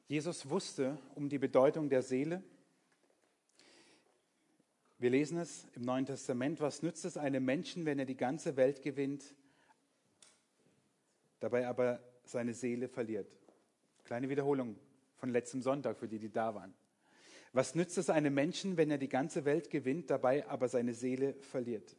Jesus wusste um die Bedeutung der Seele. Wir lesen es im Neuen Testament. Was nützt es einem Menschen, wenn er die ganze Welt gewinnt, dabei aber seine Seele verliert? Kleine Wiederholung von letztem Sonntag für die, die da waren. Was nützt es einem Menschen, wenn er die ganze Welt gewinnt, dabei aber seine Seele verliert?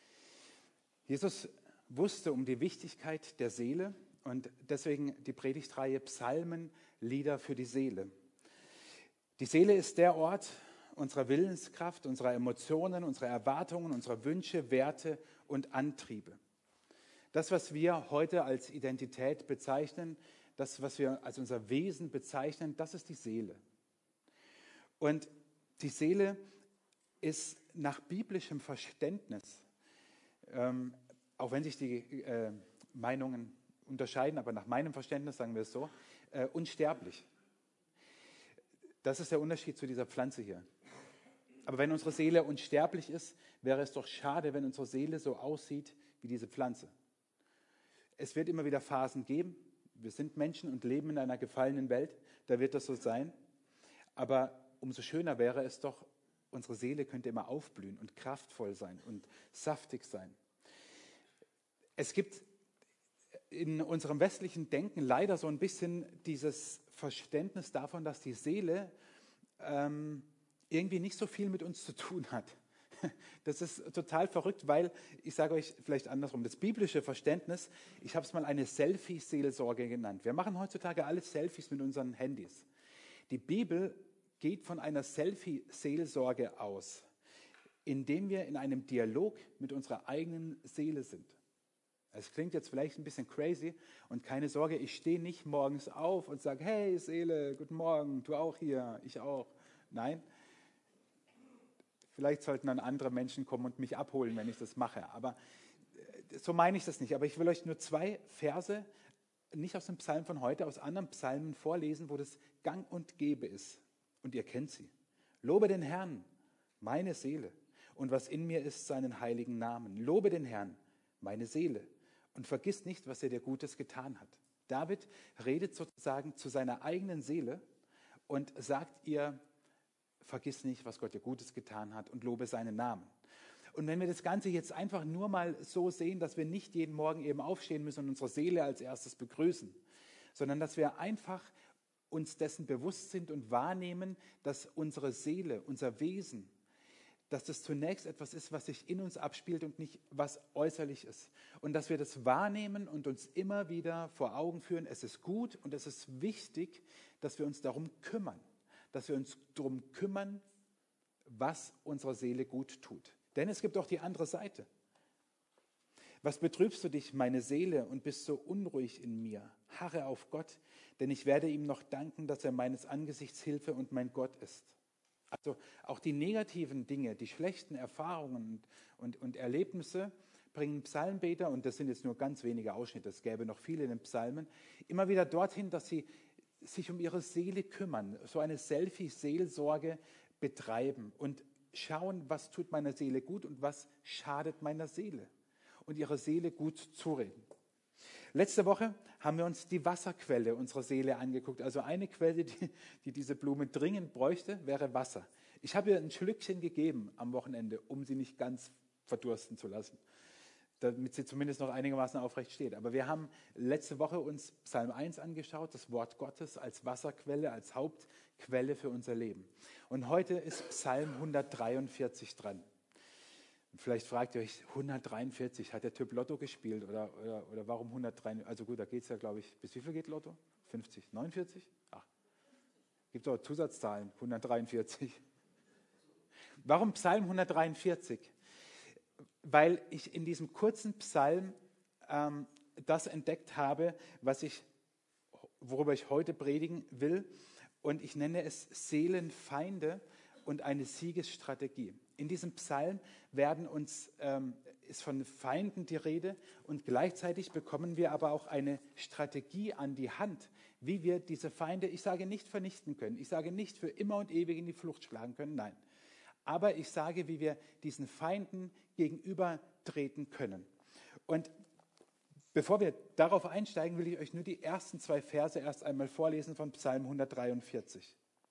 Jesus wusste um die Wichtigkeit der Seele und deswegen die Predigtreihe Psalmen, Lieder für die Seele. Die Seele ist der Ort unserer Willenskraft, unserer Emotionen, unserer Erwartungen, unserer Wünsche, Werte und Antriebe. Das, was wir heute als Identität bezeichnen, das, was wir als unser Wesen bezeichnen, das ist die Seele. Und die Seele ist nach biblischem Verständnis, auch wenn sich die Meinungen unterscheiden, aber nach meinem Verständnis, sagen wir es so, unsterblich. Das ist der Unterschied zu dieser Pflanze hier. Aber wenn unsere Seele unsterblich ist, wäre es doch schade, wenn unsere Seele so aussieht wie diese Pflanze. Es wird immer wieder Phasen geben. Wir sind Menschen und leben in einer gefallenen Welt. Da wird das so sein. Aber umso schöner wäre es doch, unsere Seele könnte immer aufblühen und kraftvoll sein und saftig sein. Es gibt in unserem westlichen Denken leider so ein bisschen dieses Verständnis davon, dass die Seele irgendwie nicht so viel mit uns zu tun hat. Das ist total verrückt, weil, ich sage euch vielleicht andersrum, das biblische Verständnis, ich habe es mal eine Selfie-Seelsorge genannt. Wir machen heutzutage alle Selfies mit unseren Handys. Die Bibel geht von einer Selfie-Seelsorge aus, indem wir in einem Dialog mit unserer eigenen Seele sind. Es klingt jetzt vielleicht ein bisschen crazy und keine Sorge, ich stehe nicht morgens auf und sage, hey Seele, guten Morgen, du auch hier, ich auch. Nein, vielleicht sollten dann andere Menschen kommen und mich abholen, wenn ich das mache. Aber so meine ich das nicht. Aber ich will euch nur 2 Verse, nicht aus dem Psalm von heute, aus anderen Psalmen vorlesen, wo das gang und gäbe ist. Und ihr kennt sie. Lobe den Herrn, meine Seele, und was in mir ist, seinen heiligen Namen. Lobe den Herrn, meine Seele, und vergiss nicht, was er dir Gutes getan hat. David redet sozusagen zu seiner eigenen Seele und sagt ihr, vergiss nicht, was Gott dir Gutes getan hat und lobe seinen Namen. Und wenn wir das Ganze jetzt einfach nur mal so sehen, dass wir nicht jeden Morgen eben aufstehen müssen und unsere Seele als erstes begrüßen, sondern dass wir einfach uns dessen bewusst sind und wahrnehmen, dass unsere Seele, unser Wesen, dass das zunächst etwas ist, was sich in uns abspielt und nicht was äußerlich ist. Und dass wir das wahrnehmen und uns immer wieder vor Augen führen, es ist gut und es ist wichtig, dass wir uns darum kümmern. Dass wir uns darum kümmern, was unserer Seele gut tut. Denn es gibt auch die andere Seite. Was betrübst du dich, meine Seele, und bist so unruhig in mir? Harre auf Gott, denn ich werde ihm noch danken, dass er meines Angesichts Hilfe und mein Gott ist. Also auch die negativen Dinge, die schlechten Erfahrungen und Erlebnisse bringen Psalmbeter, und das sind jetzt nur ganz wenige Ausschnitte, es gäbe noch viele in den Psalmen, immer wieder dorthin, dass sie sich um ihre Seele kümmern, so eine Selfie-Seelsorge betreiben und schauen, was tut meiner Seele gut und was schadet meiner Seele und ihrer Seele gut zureden. Letzte Woche haben wir uns die Wasserquelle unserer Seele angeguckt. Also eine Quelle, die diese Blume dringend bräuchte, wäre Wasser. Ich habe ihr ein Schlückchen gegeben am Wochenende, um sie nicht ganz verdursten zu lassen, damit sie zumindest noch einigermaßen aufrecht steht. Aber wir haben letzte Woche uns Psalm 1 angeschaut, das Wort Gottes als Wasserquelle, als Hauptquelle für unser Leben. Und heute ist Psalm 143 dran. Vielleicht fragt ihr euch, 143, hat der Typ Lotto gespielt oder warum 143? Also gut, da geht es ja, glaube ich, bis wie viel geht Lotto? 50, 49? Ach, gibt auch Zusatzzahlen, 143. Warum Psalm 143? Weil ich in diesem kurzen Psalm das entdeckt habe, worüber ich heute predigen will. Und ich nenne es Seelenfeinde und eine Siegesstrategie. In diesem Psalm ist von Feinden die Rede und gleichzeitig bekommen wir aber auch eine Strategie an die Hand, wie wir diese Feinde, ich sage nicht vernichten können, ich sage nicht für immer und ewig in die Flucht schlagen können, nein. Aber ich sage, wie wir diesen Feinden gegenübertreten können. Und Bevor wir darauf einsteigen, will ich euch nur die ersten 2 Verse erst einmal vorlesen von Psalm 143.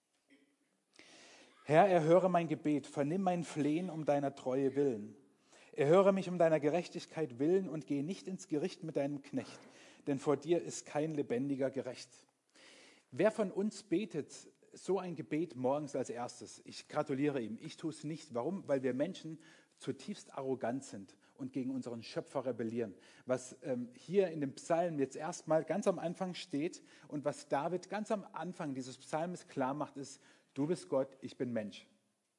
Herr, erhöre mein Gebet, vernimm mein Flehen um deiner Treue willen. Erhöre mich um deiner Gerechtigkeit willen und gehe nicht ins Gericht mit deinem Knecht, denn vor dir ist kein Lebendiger gerecht. Wer von uns betet so ein Gebet morgens als erstes? Ich gratuliere ihm. Ich tue es nicht. Warum? Weil wir Menschen zutiefst arrogant sind und gegen unseren Schöpfer rebellieren. Was hier in dem Psalm jetzt erstmal ganz am Anfang steht und was David ganz am Anfang dieses Psalmes klar macht, ist: Du bist Gott, ich bin Mensch.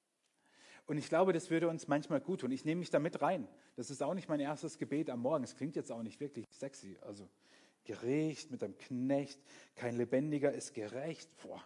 Und ich glaube, das würde uns manchmal gut tun. Ich nehme mich da mit rein. Das ist auch nicht mein erstes Gebet am Morgen. Es klingt jetzt auch nicht wirklich sexy. Also Gericht mit einem Knecht, kein Lebendiger ist gerecht. Boah.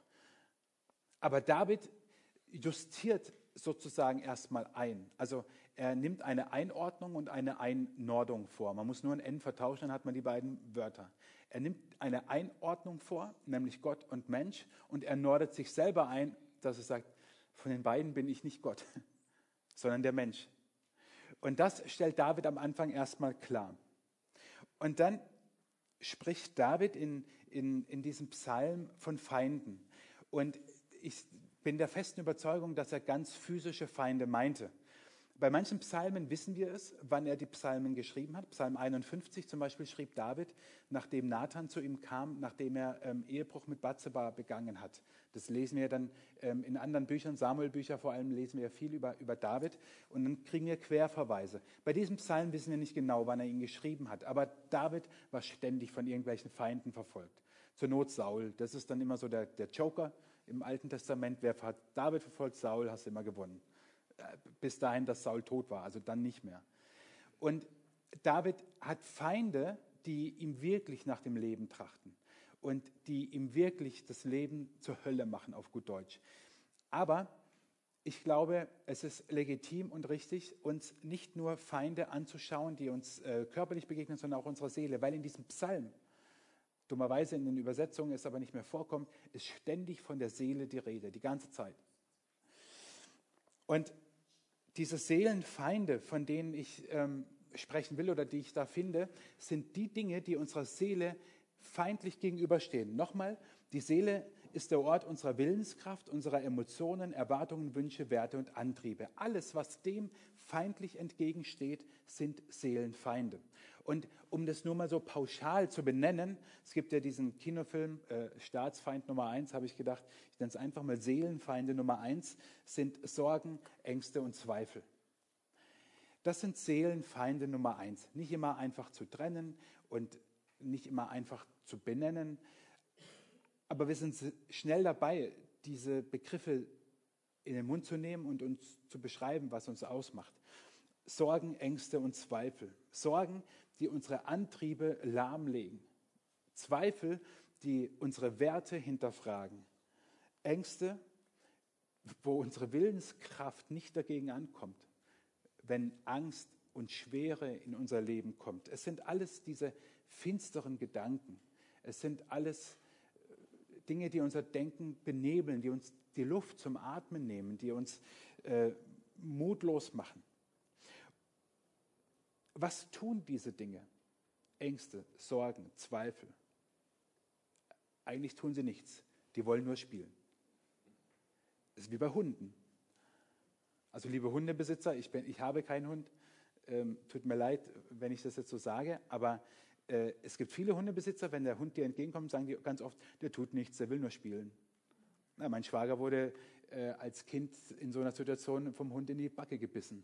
Aber David justiert sozusagen erstmal ein. Also er nimmt eine Einordnung und eine Einnordung vor. Man muss nur ein N vertauschen, dann hat man die beiden Wörter. Er nimmt eine Einordnung vor, nämlich Gott und Mensch, und er nordet sich selber ein, dass er sagt, von den beiden bin ich nicht Gott, sondern der Mensch. Und das stellt David am Anfang erstmal klar. Und dann spricht David in diesem Psalm von Feinden. Und ich bin der festen Überzeugung, dass er ganz physische Feinde meinte. Bei manchen Psalmen wissen wir es, wann er die Psalmen geschrieben hat. Psalm 51 zum Beispiel schrieb David, nachdem Nathan zu ihm kam, nachdem er Ehebruch mit Bathseba begangen hat. Das lesen wir dann in anderen Büchern, Samuel-Bücher vor allem, lesen wir viel über David. Und dann kriegen wir Querverweise. Bei diesem Psalm wissen wir nicht genau, wann er ihn geschrieben hat. Aber David war ständig von irgendwelchen Feinden verfolgt. Zur Not Saul, das ist dann immer so der Joker im Alten Testament. Wer hat David verfolgt? Saul, hast du immer gewonnen. Bis dahin, dass Saul tot war, also dann nicht mehr. Und David hat Feinde, die ihm wirklich nach dem Leben trachten und die ihm wirklich das Leben zur Hölle machen, auf gut Deutsch. Aber ich glaube, es ist legitim und richtig, uns nicht nur Feinde anzuschauen, die uns körperlich begegnen, sondern auch unserer Seele, weil in diesem Psalm, dummerweise in den Übersetzungen es aber nicht mehr vorkommt, ist ständig von der Seele die Rede, die ganze Zeit. Und diese Seelenfeinde, von denen ich sprechen will oder die ich da finde, sind die Dinge, die unserer Seele feindlich gegenüberstehen. Nochmal, die Seele ist der Ort unserer Willenskraft, unserer Emotionen, Erwartungen, Wünsche, Werte und Antriebe. Alles, was dem feindlich entgegensteht, sind Seelenfeinde. Und um das nur mal so pauschal zu benennen, es gibt ja diesen Kinofilm Staatsfeind Nummer 1, habe ich gedacht, ich nenne es einfach mal Seelenfeinde Nummer 1, sind Sorgen, Ängste und Zweifel. Das sind Seelenfeinde Nummer 1. Nicht immer einfach zu trennen und nicht immer einfach zu benennen, aber wir sind schnell dabei, diese Begriffe in den Mund zu nehmen und uns zu beschreiben, was uns ausmacht. Sorgen, Ängste und Zweifel. Sorgen, die unsere Antriebe lahmlegen. Zweifel, die unsere Werte hinterfragen. Ängste, wo unsere Willenskraft nicht dagegen ankommt, wenn Angst und Schwere in unser Leben kommt. Es sind alles diese finsteren Gedanken. Es sind alles Dinge, die unser Denken benebeln, die uns die Luft zum Atmen nehmen, die uns mutlos machen. Was tun diese Dinge? Ängste, Sorgen, Zweifel. Eigentlich tun sie nichts. Die wollen nur spielen. Das ist wie bei Hunden. Also liebe Hundebesitzer, ich habe keinen Hund. Tut mir leid, wenn ich das jetzt so sage, aber es gibt viele Hundebesitzer, wenn der Hund dir entgegenkommt, sagen die ganz oft, der tut nichts, der will nur spielen. Na, mein Schwager wurde als Kind in so einer Situation vom Hund in die Backe gebissen.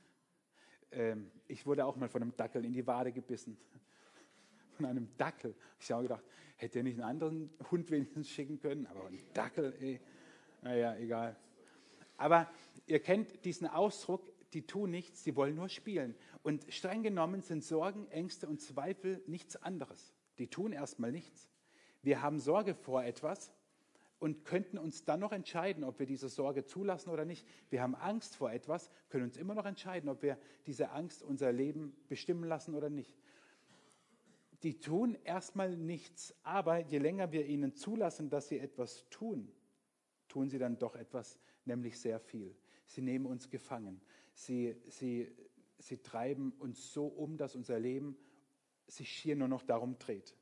Ich wurde auch mal von einem Dackel in die Wade gebissen. Von einem Dackel. Ich habe gedacht, hätte er nicht einen anderen Hund wenigstens schicken können, aber ein Dackel, naja, egal. Aber ihr kennt diesen Ausdruck, die tun nichts, die wollen nur spielen. Und streng genommen sind Sorgen, Ängste und Zweifel nichts anderes. Die tun erstmal nichts. Wir haben Sorge vor etwas und könnten uns dann noch entscheiden, ob wir diese Sorge zulassen oder nicht. Wir haben Angst vor etwas, können uns immer noch entscheiden, ob wir diese Angst unser Leben bestimmen lassen oder nicht. Die tun erstmal nichts, aber je länger wir ihnen zulassen, dass sie etwas tun, tun sie dann doch etwas, nämlich sehr viel. Sie nehmen uns gefangen. Sie treiben uns so um, dass unser Leben sich hier nur noch darum dreht.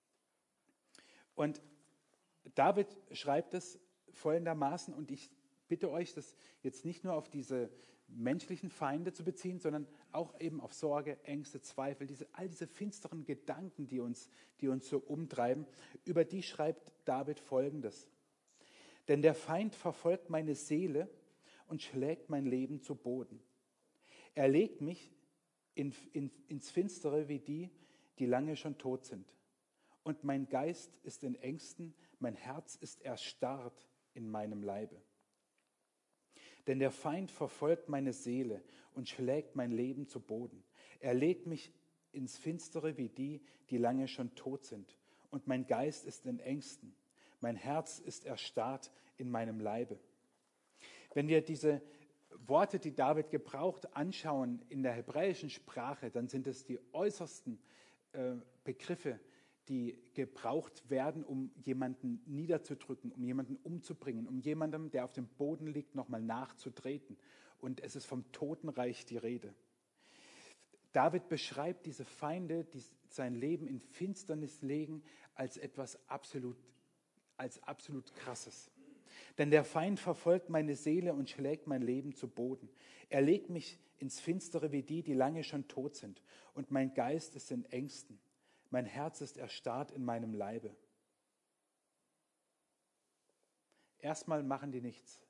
Und David schreibt es folgendermaßen, und ich bitte euch, das jetzt nicht nur auf diese menschlichen Feinde zu beziehen, sondern auch eben auf Sorge, Ängste, Zweifel, all diese finsteren Gedanken, die uns so umtreiben. Über die schreibt David Folgendes: Denn der Feind verfolgt meine Seele und schlägt mein Leben zu Boden. Er legt mich ins Finstere wie die, die lange schon tot sind. Und mein Geist ist in Ängsten, mein Herz ist erstarrt in meinem Leibe. Denn der Feind verfolgt meine Seele und schlägt mein Leben zu Boden. Er legt mich ins Finstere wie die, die lange schon tot sind. Und mein Geist ist in Ängsten, mein Herz ist erstarrt in meinem Leibe. Wenn wir diese Worte, die David gebraucht, anschauen in der hebräischen Sprache, dann sind es die äußersten Begriffe, die gebraucht werden, um jemanden niederzudrücken, um jemanden umzubringen, um jemandem, der auf dem Boden liegt, nochmal nachzutreten. Und es ist vom Totenreich die Rede. David beschreibt diese Feinde, die sein Leben in Finsternis legen, als etwas absolut Krasses. Denn der Feind verfolgt meine Seele und schlägt mein Leben zu Boden. Er legt mich ins Finstere wie die, die lange schon tot sind. Und mein Geist ist in Ängsten. Mein Herz ist erstarrt in meinem Leibe. Erstmal machen die nichts.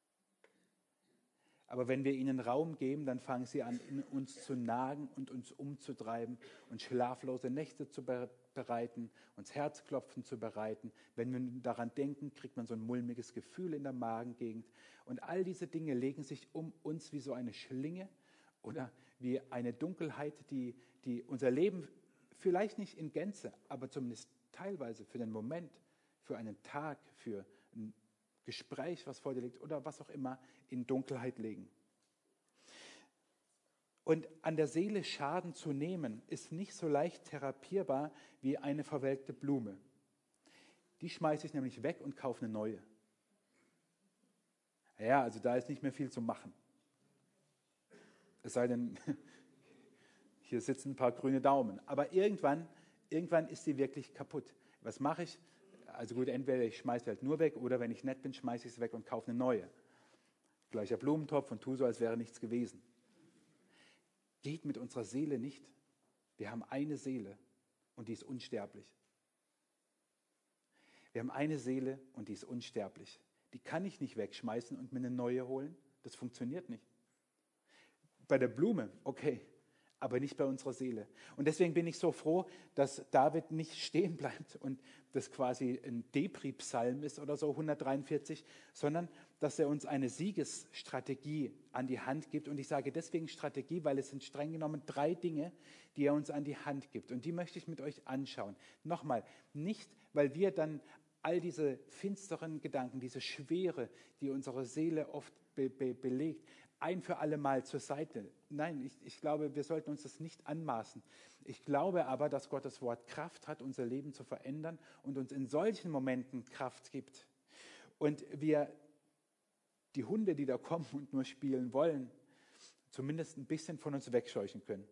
Aber wenn wir ihnen Raum geben, dann fangen sie an, in uns zu nagen und uns umzutreiben und schlaflose Nächte zu bereiten, uns Herzklopfen zu bereiten. Wenn wir daran denken, kriegt man so ein mulmiges Gefühl in der Magengegend. Und all diese Dinge legen sich um uns wie so eine Schlinge oder wie eine Dunkelheit, die unser Leben vielleicht nicht in Gänze, aber zumindest teilweise für den Moment, für einen Tag, für ein Gespräch, was vor dir liegt oder was auch immer, in Dunkelheit legen. Und an der Seele Schaden zu nehmen, ist nicht so leicht therapierbar wie eine verwelkte Blume. Die schmeiße ich nämlich weg und kaufe eine neue. Ja, also da ist nicht mehr viel zu machen. Es sei denn, hier sitzen ein paar grüne Daumen. Aber irgendwann ist sie wirklich kaputt. Was mache ich? Also gut, entweder ich schmeiße sie halt nur weg oder wenn ich nett bin, schmeiße ich sie weg und kaufe eine neue. Gleicher Blumentopf und tue so, als wäre nichts gewesen. Geht mit unserer Seele nicht. Wir haben eine Seele und die ist unsterblich. Wir haben eine Seele und die ist unsterblich. Die kann ich nicht wegschmeißen und mir eine neue holen. Das funktioniert nicht. Bei der Blume, okay, aber nicht bei unserer Seele. Und deswegen bin ich so froh, dass David nicht stehen bleibt und das quasi ein Depri-Psalm ist oder so, 143, sondern dass er uns eine Siegesstrategie an die Hand gibt. Und ich sage deswegen Strategie, weil es sind streng genommen 3 Dinge, die er uns an die Hand gibt. Und die möchte ich mit euch anschauen. Nochmal, nicht, weil wir dann all diese finsteren Gedanken, diese Schwere, die unsere Seele oft belegt, ein für alle Mal zur Seite. Nein, ich glaube, wir sollten uns das nicht anmaßen. Ich glaube aber, dass Gottes Wort Kraft hat, unser Leben zu verändern und uns in solchen Momenten Kraft gibt. Und wir die Hunde, die da kommen und nur spielen wollen, zumindest ein bisschen von uns wegscheuchen können.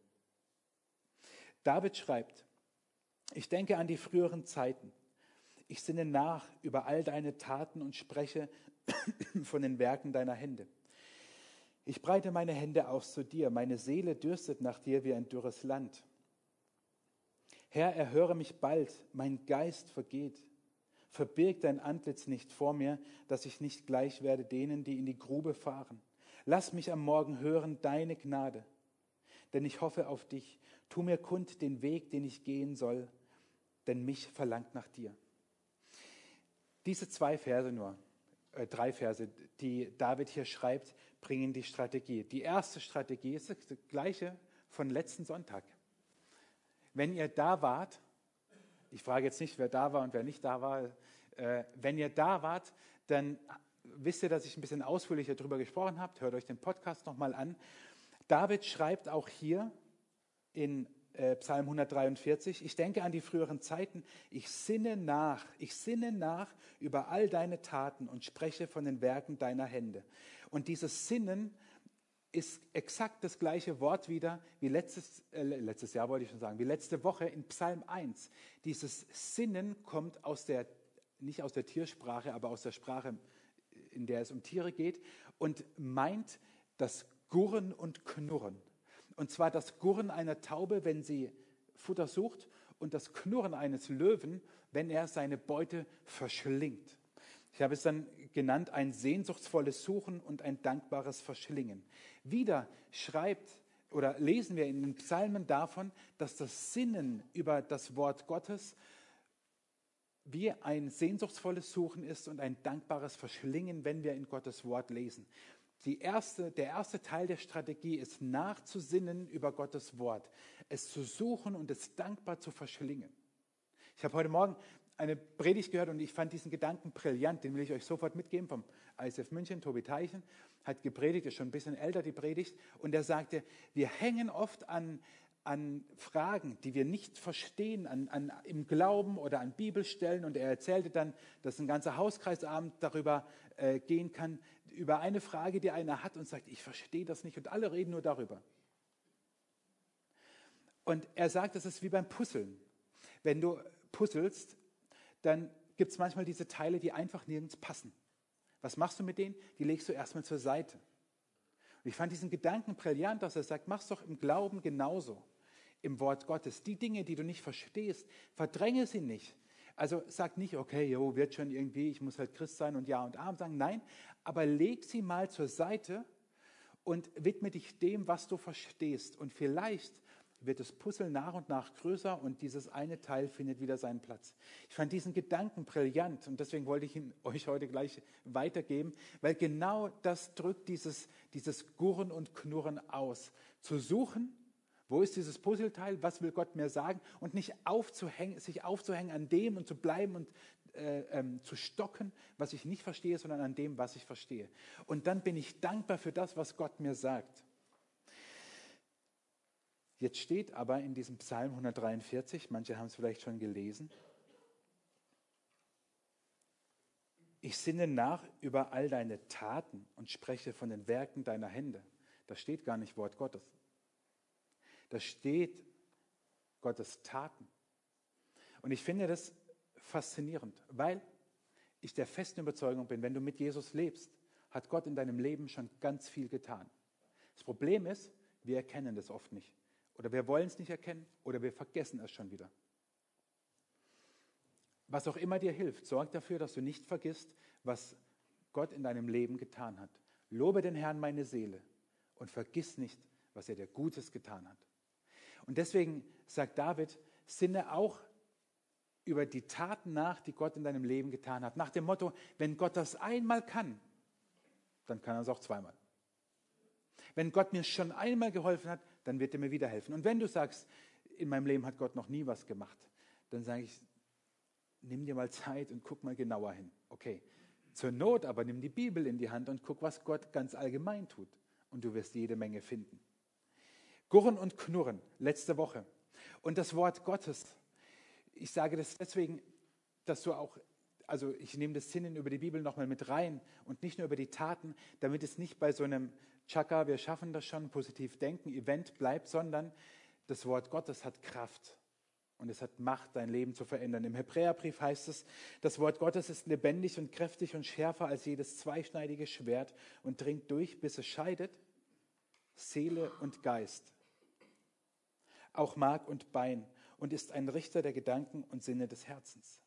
David schreibt: Ich denke an die früheren Zeiten. Ich sinne nach über all deine Taten und spreche von den Werken deiner Hände. Ich breite meine Hände aus zu dir, meine Seele dürstet nach dir wie ein dürres Land. Herr, erhöre mich bald, mein Geist vergeht. Verbirg dein Antlitz nicht vor mir, dass ich nicht gleich werde denen, die in die Grube fahren. Lass mich am Morgen hören deine Gnade, denn ich hoffe auf dich. Tu mir kund den Weg, den ich gehen soll, denn mich verlangt nach dir. Diese 3 Verse, die David hier schreibt, bringen die Strategie. Die erste Strategie ist das gleiche von letzten Sonntag. Wenn ihr da wart, ich frage jetzt nicht, wer da war und wer nicht da war, wenn ihr da wart, dann wisst ihr, dass ich ein bisschen ausführlicher darüber gesprochen habe. Hört euch den Podcast nochmal an. David schreibt auch hier in Psalm 143, ich denke an die früheren Zeiten, ich sinne nach über all deine Taten und spreche von den Werken deiner Hände. Und dieses Sinnen ist exakt das gleiche Wort wieder wie letztes Jahr, wollte ich schon sagen, wie letzte Woche in Psalm 1. Dieses Sinnen kommt nicht aus der Tiersprache, aber aus der Sprache, in der es um Tiere geht und meint das Gurren und Knurren. Und zwar das Gurren einer Taube, wenn sie Futter sucht, und das Knurren eines Löwen, wenn er seine Beute verschlingt. Ich habe es dann genannt, ein sehnsuchtsvolles Suchen und ein dankbares Verschlingen. Wieder schreibt oder lesen wir in den Psalmen davon, dass das Sinnen über das Wort Gottes wie ein sehnsuchtsvolles Suchen ist und ein dankbares Verschlingen, wenn wir in Gottes Wort lesen. Der erste Teil der Strategie ist, nachzusinnen über Gottes Wort, es zu suchen und es dankbar zu verschlingen. Ich habe heute Morgen eine Predigt gehört und ich fand diesen Gedanken brillant, den will ich euch sofort mitgeben vom ISF München. Tobi Teichen hat gepredigt, ist schon ein bisschen älter, die Predigt, und er sagte, wir hängen oft an Fragen, die wir nicht verstehen, im Glauben oder an Bibelstellen, und er erzählte dann, dass ein ganzer Hauskreisabend darüber gehen kann, über eine Frage, die einer hat und sagt, ich verstehe das nicht, und alle reden nur darüber. Und er sagt, das ist wie beim Puzzeln. Wenn du puzzelst, dann gibt es manchmal diese Teile, die einfach nirgends passen. Was machst du mit denen? Die legst du erstmal zur Seite. Und ich fand diesen Gedanken brillant, dass er sagt, mach's doch im Glauben genauso, im Wort Gottes. Die Dinge, die du nicht verstehst, verdränge sie nicht. Also sag nicht, okay, wird schon irgendwie, ich muss halt Christ sein und Ja und Amen sagen. Nein, aber leg sie mal zur Seite und widme dich dem, was du verstehst. Und vielleicht wird das Puzzle nach und nach größer und dieses eine Teil findet wieder seinen Platz. Ich fand diesen Gedanken brillant und deswegen wollte ich ihn euch heute gleich weitergeben, weil genau das drückt dieses Gurren und Knurren aus. Zu suchen, wo ist dieses Puzzleteil, was will Gott mir sagen, und nicht sich aufzuhängen an dem und zu bleiben und zu stocken, was ich nicht verstehe, sondern an dem, was ich verstehe. Und dann bin ich dankbar für das, was Gott mir sagt. Jetzt steht aber in diesem Psalm 143, manche haben es vielleicht schon gelesen, ich sinne nach über all deine Taten und spreche von den Werken deiner Hände. Da steht gar nicht Wort Gottes. Da steht Gottes Taten. Und ich finde das faszinierend, weil ich der festen Überzeugung bin, wenn du mit Jesus lebst, hat Gott in deinem Leben schon ganz viel getan. Das Problem ist, wir erkennen das oft nicht. Oder wir wollen es nicht erkennen oder wir vergessen es schon wieder. Was auch immer dir hilft, sorg dafür, dass du nicht vergisst, was Gott in deinem Leben getan hat. Lobe den Herrn meine Seele und vergiss nicht, was er dir Gutes getan hat. Und deswegen sagt David, sinne auch über die Taten nach, die Gott in deinem Leben getan hat. Nach dem Motto, wenn Gott das einmal kann, dann kann er es auch zweimal. Wenn Gott mir schon einmal geholfen hat, dann wird er mir wieder helfen. Und wenn du sagst, in meinem Leben hat Gott noch nie was gemacht, dann sage ich, nimm dir mal Zeit und guck mal genauer hin. Okay, zur Not aber nimm die Bibel in die Hand und guck, was Gott ganz allgemein tut. Und du wirst jede Menge finden. Gurren und Knurren, letzte Woche. Und das Wort Gottes, ich sage das deswegen, dass du auch, also ich nehme das Sinnen über die Bibel nochmal mit rein und nicht nur über die Taten, damit es nicht bei so einem Chaka, wir schaffen das schon, positiv denken, Event bleibt, sondern das Wort Gottes hat Kraft und es hat Macht, dein Leben zu verändern. Im Hebräerbrief heißt es, das Wort Gottes ist lebendig und kräftig und schärfer als jedes zweischneidige Schwert und dringt durch, bis es scheidet, Seele und Geist, auch Mark und Bein, und ist ein Richter der Gedanken und Sinne des Herzens.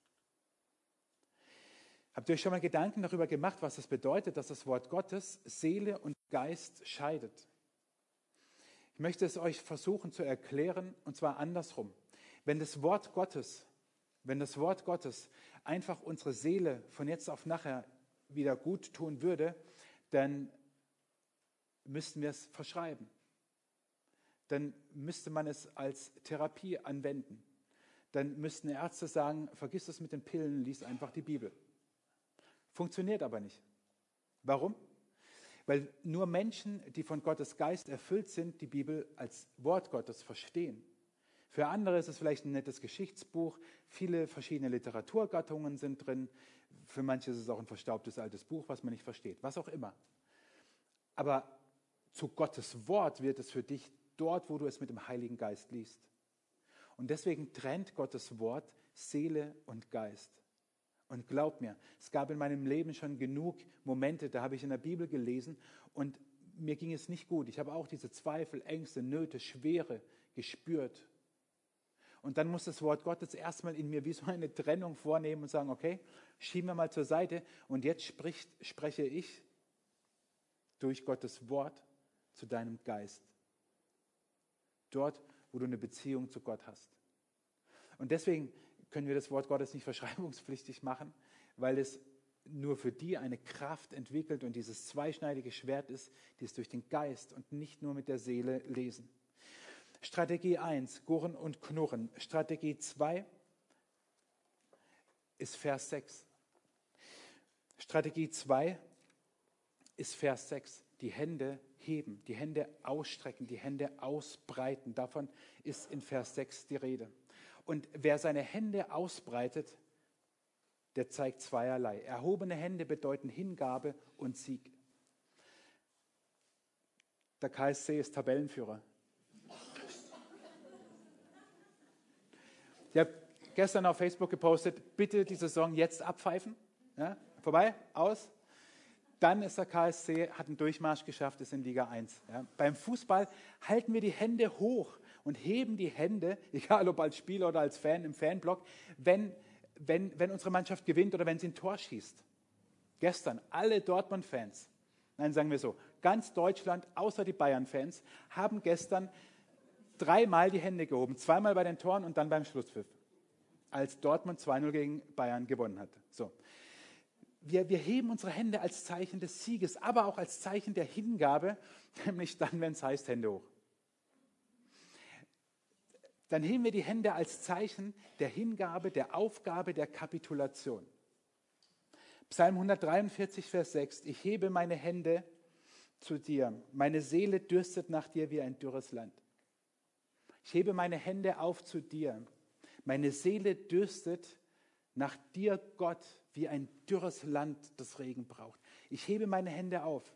Habt ihr euch schon mal Gedanken darüber gemacht, was es bedeutet, dass das Wort Gottes Seele und Geist scheidet? Ich möchte es euch versuchen zu erklären, und zwar andersrum. Wenn das Wort Gottes einfach unsere Seele von jetzt auf nachher wieder gut tun würde, dann müssten wir es verschreiben. Dann müsste man es als Therapie anwenden. Dann müssten Ärzte sagen, vergiss es mit den Pillen, lies einfach die Bibel. Funktioniert aber nicht. Warum? Weil nur Menschen, die von Gottes Geist erfüllt sind, die Bibel als Wort Gottes verstehen. Für andere ist es vielleicht ein nettes Geschichtsbuch, viele verschiedene Literaturgattungen sind drin, für manche ist es auch ein verstaubtes altes Buch, was man nicht versteht, was auch immer. Aber zu Gottes Wort wird es für dich dort, wo du es mit dem Heiligen Geist liest. Und deswegen trennt Gottes Wort Seele und Geist. Und glaub mir, es gab in meinem Leben schon genug Momente, da habe ich in der Bibel gelesen und mir ging es nicht gut. Ich habe auch diese Zweifel, Ängste, Nöte, Schwere gespürt. Und dann muss das Wort Gottes erstmal in mir wie so eine Trennung vornehmen und sagen, okay, schieben wir mal zur Seite und jetzt spreche ich durch Gottes Wort zu deinem Geist. Dort, wo du eine Beziehung zu Gott hast. Und deswegen können wir das Wort Gottes nicht verschreibungspflichtig machen, weil es nur für die eine Kraft entwickelt und dieses zweischneidige Schwert ist, die es durch den Geist und nicht nur mit der Seele lesen. Strategie 1, Gurren und Knurren. Strategie 2 ist Vers 6. Strategie 2 ist Vers 6. Die Hände heben, die Hände ausstrecken, die Hände ausbreiten. Davon ist in Vers 6 die Rede. Und wer seine Hände ausbreitet, der zeigt zweierlei. Erhobene Hände bedeuten Hingabe und Sieg. Der KSC ist Tabellenführer. Ich habe gestern auf Facebook gepostet, bitte die Saison jetzt abpfeifen. Ja, vorbei, aus. Dann ist der KSC, hat einen Durchmarsch geschafft, ist in Liga 1. Ja. Beim Fußball halten wir die Hände hoch und heben die Hände, egal ob als Spieler oder als Fan im Fanblock, wenn unsere Mannschaft gewinnt oder wenn sie ein Tor schießt. Gestern alle Dortmund-Fans, nein, sagen wir so, ganz Deutschland, außer die Bayern-Fans, haben gestern 3-mal die Hände gehoben. 2-mal bei den Toren und dann beim Schlusspfiff, als Dortmund 2-0 gegen Bayern gewonnen hat. So. Wir heben unsere Hände als Zeichen des Sieges, aber auch als Zeichen der Hingabe, nämlich dann, wenn es heißt, Hände hoch. Dann heben wir die Hände als Zeichen der Hingabe, der Aufgabe, der Kapitulation. Psalm 143, Vers 6. Ich hebe meine Hände zu dir. Meine Seele dürstet nach dir wie ein dürres Land. Ich hebe meine Hände auf zu dir. Meine Seele dürstet nach dir, Gott, wie ein dürres Land, das Regen braucht. Ich hebe meine Hände auf.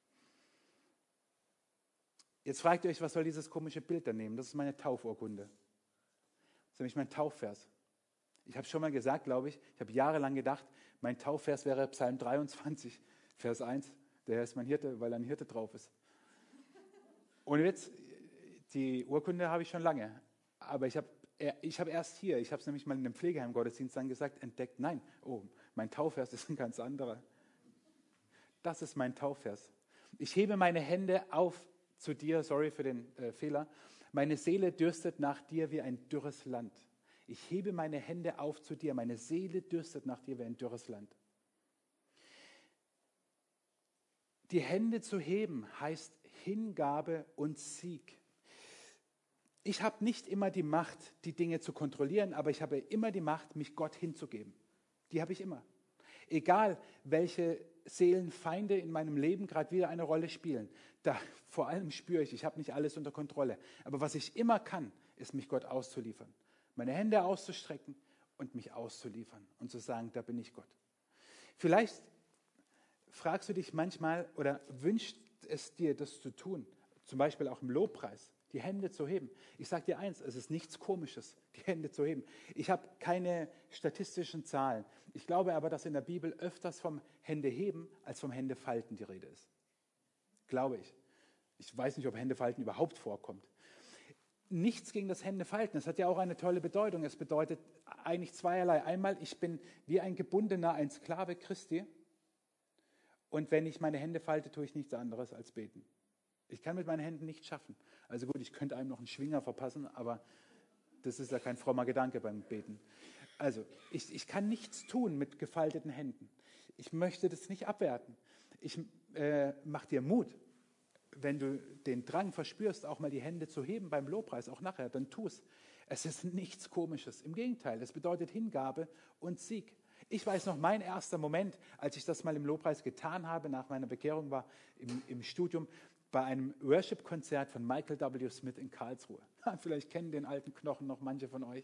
Jetzt fragt ihr euch, was soll dieses komische Bild da nehmen? Das ist meine Taufurkunde. Das ist nämlich mein Taufvers. Ich habe schon mal gesagt, glaube ich, ich habe jahrelang gedacht, mein Taufvers wäre Psalm 23, Vers 1. Der Herr ist mein Hirte, weil ein Hirte drauf ist. Ohne Witz, die Urkunde habe ich schon lange. Aber ich habe erst hier, ich habe es nämlich mal in einem Pflegeheim-Gottesdienst dann gesagt, entdeckt, nein, oh, mein Taufvers ist ein ganz anderer. Das ist mein Taufvers. Ich hebe meine Hände auf zu dir, sorry für den Fehler. Meine Seele dürstet nach dir wie ein dürres Land. Ich hebe meine Hände auf zu dir. Meine Seele dürstet nach dir wie ein dürres Land. Die Hände zu heben heißt Hingabe und Sieg. Ich habe nicht immer die Macht, die Dinge zu kontrollieren, aber ich habe immer die Macht, mich Gott hinzugeben. Die habe ich immer. Egal, welche Seelenfeinde in meinem Leben gerade wieder eine Rolle spielen. Da vor allem spüre ich habe nicht alles unter Kontrolle. Aber was ich immer kann, ist mich Gott auszuliefern. Meine Hände auszustrecken und mich auszuliefern und zu sagen, da bin ich Gott. Vielleicht fragst du dich manchmal oder wünscht es dir, das zu tun, zum Beispiel auch im Lobpreis, die Hände zu heben. Ich sage dir eins, es ist nichts Komisches, die Hände zu heben. Ich habe keine statistischen Zahlen. Ich glaube aber, dass in der Bibel öfters vom Händeheben als vom Händefalten die Rede ist. Glaube ich. Ich weiß nicht, ob Händefalten überhaupt vorkommt. Nichts gegen das Händefalten. Es hat ja auch eine tolle Bedeutung. Es bedeutet eigentlich zweierlei. Einmal, ich bin wie ein Gebundener, ein Sklave Christi. Und wenn ich meine Hände falte, tue ich nichts anderes als beten. Ich kann mit meinen Händen nichts schaffen. Also gut, ich könnte einem noch einen Schwinger verpassen, aber das ist ja kein frommer Gedanke beim Beten. Also, ich kann nichts tun mit gefalteten Händen. Ich möchte das nicht abwerten. Ich mache dir Mut, wenn du den Drang verspürst, auch mal die Hände zu heben beim Lobpreis, auch nachher, dann tu es. Es ist nichts Komisches. Im Gegenteil, es bedeutet Hingabe und Sieg. Ich weiß noch, mein erster Moment, als ich das mal im Lobpreis getan habe, nach meiner Bekehrung war im Studium, bei einem Worship-Konzert von Michael W. Smith in Karlsruhe. Vielleicht kennen den alten Knochen noch manche von euch.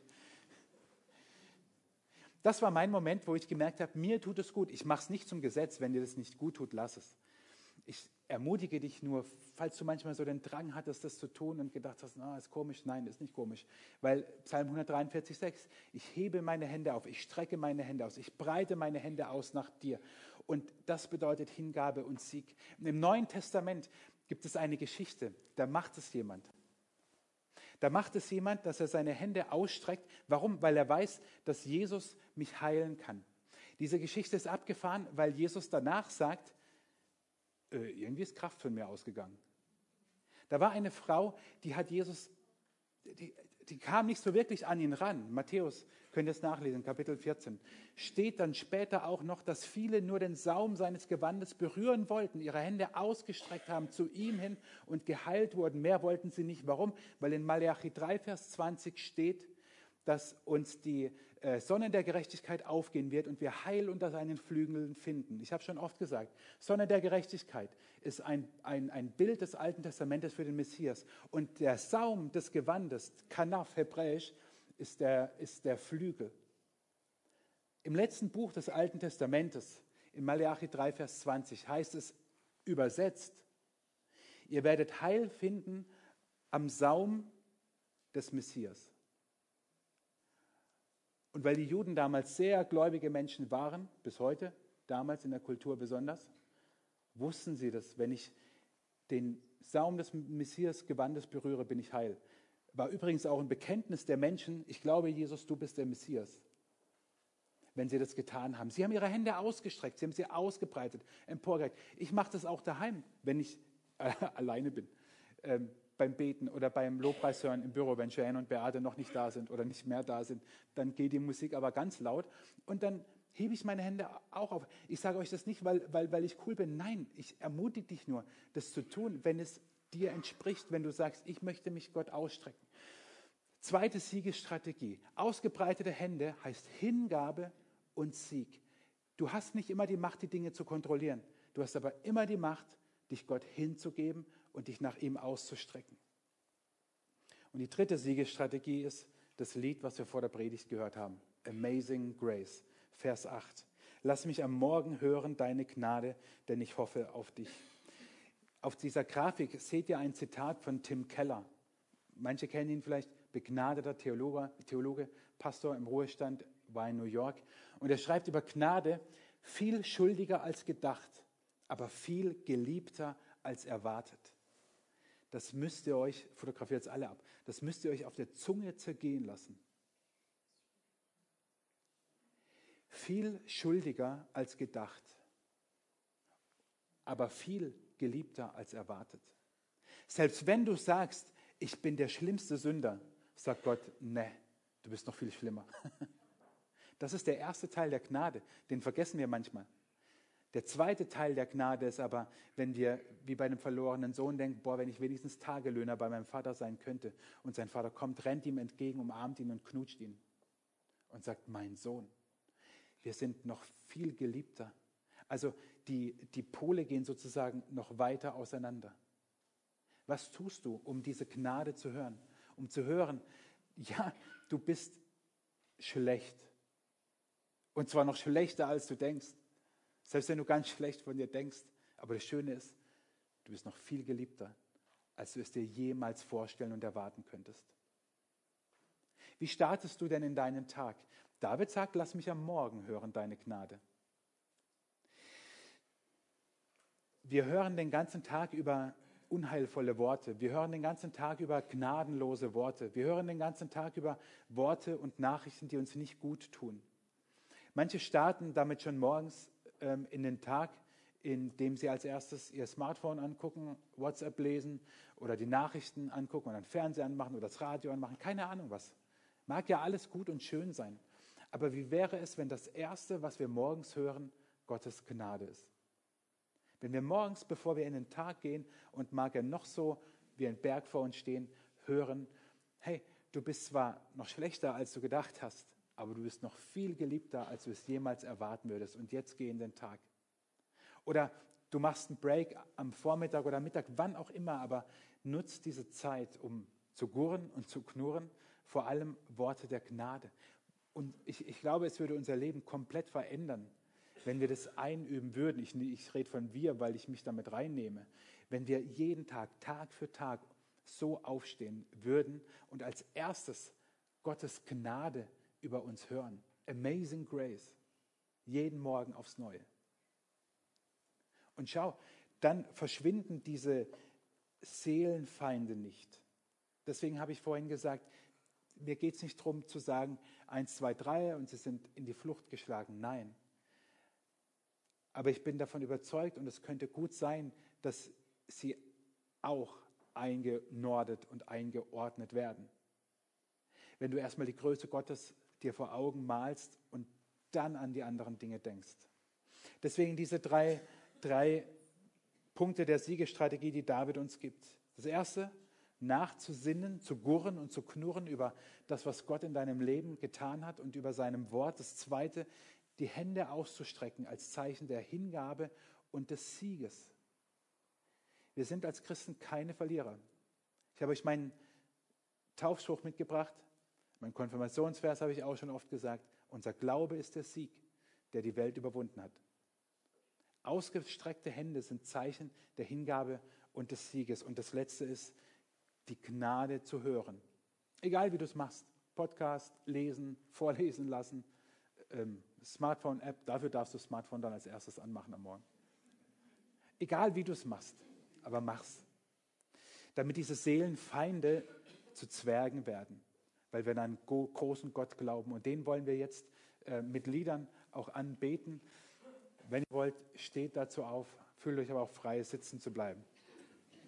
Das war mein Moment, wo ich gemerkt habe, mir tut es gut. Ich mache es nicht zum Gesetz, wenn dir das nicht gut tut, lass es. ermutige dich nur, falls du manchmal so den Drang hattest, das zu tun und gedacht hast, na, ist komisch. Nein, ist nicht komisch. Weil Psalm 143,6, ich hebe meine Hände auf, ich strecke meine Hände aus, ich breite meine Hände aus nach dir. Und das bedeutet Hingabe und Sieg. Im Neuen Testament gibt es eine Geschichte, da macht es jemand. Da macht es jemand, dass er seine Hände ausstreckt. Warum? Weil er weiß, dass Jesus mich heilen kann. Diese Geschichte ist abgefahren, weil Jesus danach sagt, irgendwie ist Kraft von mir ausgegangen. Da war eine Frau, die hat Jesus, die kam nicht so wirklich an ihn ran. Matthäus, könnt ihr es nachlesen, Kapitel 14. Steht dann später auch noch, dass viele nur den Saum seines Gewandes berühren wollten, ihre Hände ausgestreckt haben zu ihm hin und geheilt wurden. Mehr wollten sie nicht. Warum? Weil in Malachi 3, Vers 20 steht, dass uns die Sonne der Gerechtigkeit aufgehen wird und wir Heil unter seinen Flügeln finden. Ich habe schon oft gesagt, Sonne der Gerechtigkeit ist ein Bild des Alten Testamentes für den Messias. Und der Saum des Gewandes, Kanaf hebräisch, ist der Flügel. Im letzten Buch des Alten Testamentes, in Malachi 3, Vers 20, heißt es übersetzt, ihr werdet Heil finden am Saum des Messias. Und weil die Juden damals sehr gläubige Menschen waren, bis heute, damals in der Kultur besonders, wussten sie das, wenn ich den Saum des Messias-Gewandes berühre, bin ich heil. War übrigens auch ein Bekenntnis der Menschen, ich glaube, Jesus, du bist der Messias. Wenn sie das getan haben. Sie haben ihre Hände ausgestreckt, sie haben sie ausgebreitet, emporgereicht. Ich mache das auch daheim, wenn ich alleine bin. Beim Beten oder beim Lobpreishören im Büro, wenn Joanne und Beate noch nicht da sind oder nicht mehr da sind, dann geht die Musik aber ganz laut und dann hebe ich meine Hände auch auf. Ich sage euch das nicht, weil ich cool bin. Nein, ich ermutige dich nur, das zu tun, wenn es dir entspricht, wenn du sagst, ich möchte mich Gott ausstrecken. Zweite Siegesstrategie. Ausgebreitete Hände heißt Hingabe und Sieg. Du hast nicht immer die Macht, die Dinge zu kontrollieren. Du hast aber immer die Macht, dich Gott hinzugeben und dich nach ihm auszustrecken. Und die dritte Siegesstrategie ist das Lied, was wir vor der Predigt gehört haben. Amazing Grace, Vers 8. Lass mich am Morgen hören deine Gnade, denn ich hoffe auf dich. Auf dieser Grafik seht ihr ein Zitat von Tim Keller. Manche kennen ihn vielleicht, begnadeter Theologe, Pastor im Ruhestand, war in New York. Und er schreibt über Gnade, viel schuldiger als gedacht, aber viel geliebter als erwartet. Das müsst ihr euch, fotografiert es alle ab, das müsst ihr euch auf der Zunge zergehen lassen. Viel schuldiger als gedacht, aber viel geliebter als erwartet. Selbst wenn du sagst, ich bin der schlimmste Sünder, sagt Gott, ne, du bist noch viel schlimmer. Das ist der erste Teil der Gnade, den vergessen wir manchmal. Der zweite Teil der Gnade ist aber, wenn wir wie bei einem verlorenen Sohn denken, boah, wenn ich wenigstens Tagelöhner bei meinem Vater sein könnte. Und sein Vater kommt, rennt ihm entgegen, umarmt ihn und knutscht ihn und sagt, mein Sohn. Wir sind noch viel geliebter. Also die Pole gehen sozusagen noch weiter auseinander. Was tust du, um diese Gnade zu hören? Um zu hören, ja, du bist schlecht. Und zwar noch schlechter, als du denkst. Selbst wenn du ganz schlecht von dir denkst. Aber das Schöne ist, du bist noch viel geliebter, als du es dir jemals vorstellen und erwarten könntest. Wie startest du denn in deinen Tag? David sagt, lass mich am Morgen hören deine Gnade. Wir hören den ganzen Tag über unheilvolle Worte. Wir hören den ganzen Tag über gnadenlose Worte. Wir hören den ganzen Tag über Worte und Nachrichten, die uns nicht gut tun. Manche starten damit schon morgens in den Tag, indem sie als erstes ihr Smartphone angucken, WhatsApp lesen oder die Nachrichten angucken oder den Fernseher anmachen oder das Radio anmachen. Keine Ahnung was. Mag ja alles gut und schön sein. Aber wie wäre es, wenn das Erste, was wir morgens hören, Gottes Gnade ist? Wenn wir morgens, bevor wir in den Tag gehen und mag er noch so wie ein Berg vor uns stehen, hören, hey, du bist zwar noch schlechter, als du gedacht hast, aber du bist noch viel geliebter, als du es jemals erwarten würdest. Und jetzt geh in den Tag. Oder du machst einen Break am Vormittag oder Mittag, wann auch immer, aber nutzt diese Zeit, um zu gurren und zu knurren, vor allem Worte der Gnade. Und ich glaube, es würde unser Leben komplett verändern, wenn wir das einüben würden, ich rede von wir, weil ich mich damit reinnehme, wenn wir jeden Tag, Tag für Tag so aufstehen würden und als erstes Gottes Gnade über uns hören. Amazing Grace. Jeden Morgen aufs Neue. Und schau, dann verschwinden diese Seelenfeinde nicht. Deswegen habe ich vorhin gesagt, mir geht es nicht darum zu sagen, 1, 2, 3 und sie sind in die Flucht geschlagen. Nein. Aber ich bin davon überzeugt und es könnte gut sein, dass sie auch eingenordet und eingeordnet werden. Wenn du erstmal die Größe Gottes dir vor Augen malst und dann an die anderen Dinge denkst. Deswegen diese drei Punkte der Siegesstrategie, die David uns gibt. Das erste, nachzusinnen, zu gurren und zu knurren über das, was Gott in deinem Leben getan hat und über seinem Wort. Das zweite, die Hände auszustrecken als Zeichen der Hingabe und des Sieges. Wir sind als Christen keine Verlierer. Ich habe euch meinen Taufspruch mitgebracht. Mein Konfirmationsvers habe ich auch schon oft gesagt. Unser Glaube ist der Sieg, der die Welt überwunden hat. Ausgestreckte Hände sind Zeichen der Hingabe und des Sieges. Und das Letzte ist, die Gnade zu hören. Egal wie du es machst. Podcast, lesen, vorlesen lassen, Smartphone-App, dafür darfst du das Smartphone dann als erstes anmachen am Morgen. Egal wie du es machst, aber mach's. Damit diese Seelenfeinde zu Zwergen werden. Weil wir an einen großen Gott glauben. Und den wollen wir jetzt mit Liedern auch anbeten. Wenn ihr wollt, steht dazu auf. Fühlt euch aber auch frei, sitzen zu bleiben.